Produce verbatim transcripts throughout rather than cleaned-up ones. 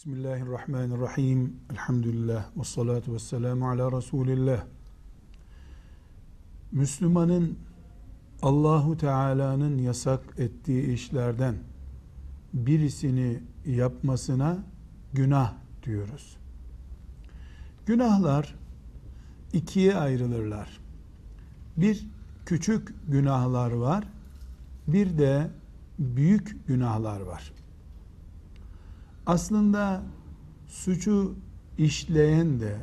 Bismillahirrahmanirrahim. Elhamdülillah. Ve salatu ve selamu ala Resulillah. Müslümanın Allahu Teala'nın yasak ettiği işlerden birisini yapmasına günah diyoruz. Günahlar ikiye ayrılırlar. Bir küçük günahlar var, bir de büyük günahlar var. Aslında suçu işleyen de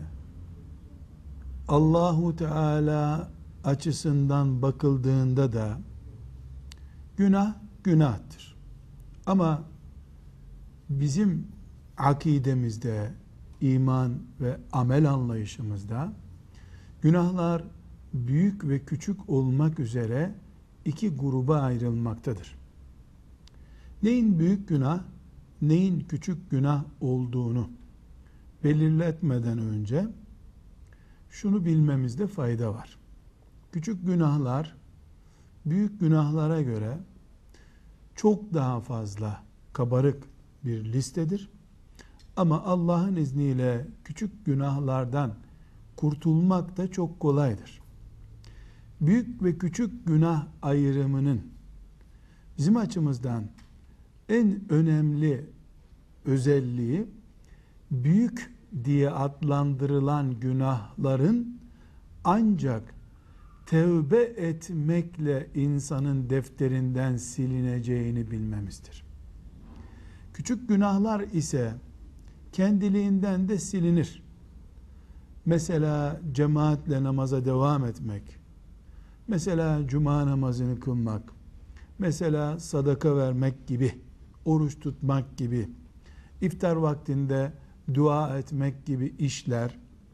Allahu Teala açısından bakıldığında da günah günahtır. Ama bizim akidemizde, iman ve amel anlayışımızda günahlar büyük ve küçük olmak üzere iki gruba ayrılmaktadır. Neyin büyük günah, neyin küçük günah olduğunu belirletmeden önce şunu bilmemizde fayda var. Küçük günahlar büyük günahlara göre çok daha fazla kabarık bir listedir. Ama Allah'ın izniyle küçük günahlardan kurtulmak da çok kolaydır. Büyük ve küçük günah ayrımının bizim açımızdan en önemli özelliği, büyük diye adlandırılan günahların ancak tevbe etmekle insanın defterinden silineceğini bilmemizdir. Küçük günahlar ise kendiliğinden de silinir. Mesela cemaatle namaza devam etmek, mesela cuma namazını kılmak, mesela sadaka vermek gibi, oruç tutmak gibi, iftar vaktinde dua etmek gibi işler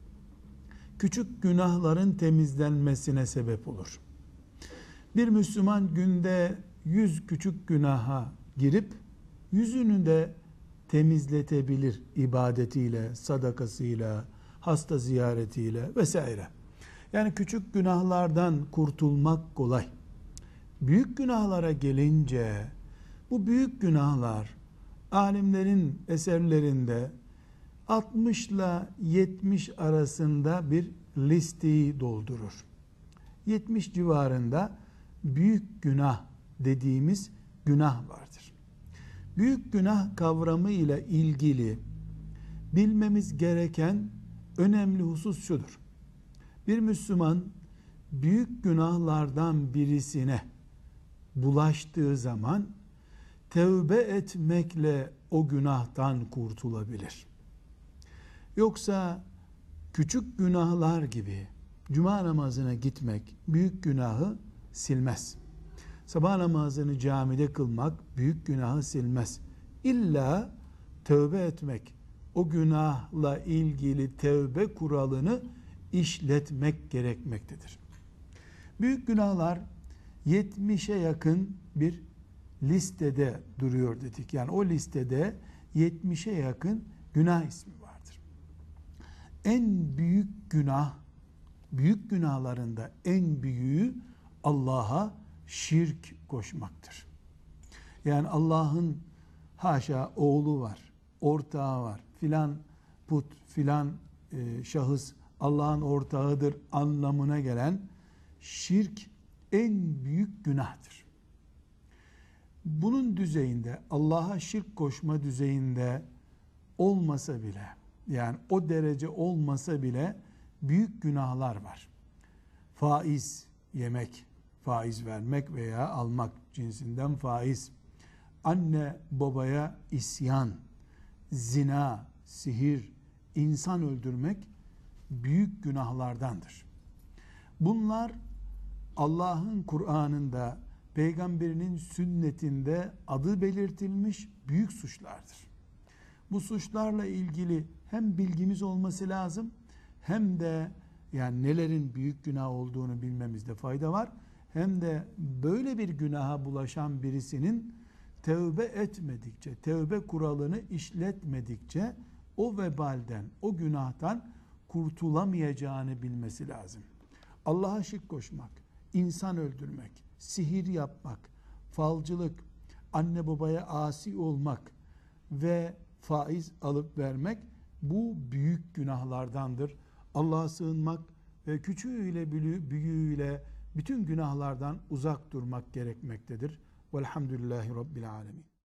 küçük günahların temizlenmesine sebep olur. Bir Müslüman günde yüz küçük günaha girip yüzünü de temizletebilir ibadetiyle, sadakasıyla, hasta ziyaretiyle vesaire. Yani küçük günahlardan kurtulmak kolay. Büyük günahlara gelince bu büyük günahlar alimlerin eserlerinde altmış ile yetmiş arasında bir listeyi doldurur. yetmiş civarında büyük günah dediğimiz günah vardır. Büyük günah kavramı ile ilgili bilmemiz gereken önemli husus şudur. Bir Müslüman büyük günahlardan birisine bulaştığı zaman tevbe etmekle o günahtan kurtulabilir. Yoksa küçük günahlar gibi cuma namazına gitmek büyük günahı silmez. Sabah namazını camide kılmak büyük günahı silmez. İlla tövbe etmek, o günahla ilgili tevbe kuralını işletmek gerekmektedir. Büyük günahlar yetmişe yakın bir listede duruyor dedik. Yani o listede yetmişe yakın günah ismi vardır. En büyük günah, büyük günahlarında en büyüğü Allah'a şirk koşmaktır. Yani Allah'ın haşa oğlu var, ortağı var, filan put, filan e, şahıs Allah'ın ortağıdır anlamına gelen şirk en büyük günahtır. Bunun düzeyinde, Allah'a şirk koşma düzeyinde olmasa bile, yani o derece olmasa bile büyük günahlar var. Faiz yemek, faiz vermek veya almak cinsinden faiz, anne babaya isyan, zina, sihir, insan öldürmek büyük günahlardandır. Bunlar Allah'ın Kur'an'ında, Peygamberinin sünnetinde adı belirtilmiş büyük suçlardır. Bu suçlarla ilgili hem bilgimiz olması lazım, hem de yani nelerin büyük günah olduğunu bilmemizde fayda var. Hem de böyle bir günaha bulaşan birisinin tevbe etmedikçe, tevbe kuralını işletmedikçe o vebalden, o günahtan kurtulamayacağını bilmesi lazım. Allah'a şirk koşmak, insan öldürmek, sihir yapmak, falcılık, anne babaya asi olmak ve faiz alıp vermek bu büyük günahlardandır. Allah'a sığınmak ve küçüğüyle büyüğüyle bütün günahlardan uzak durmak gerekmektedir. Velhamdülillahi Rabbil Alemin.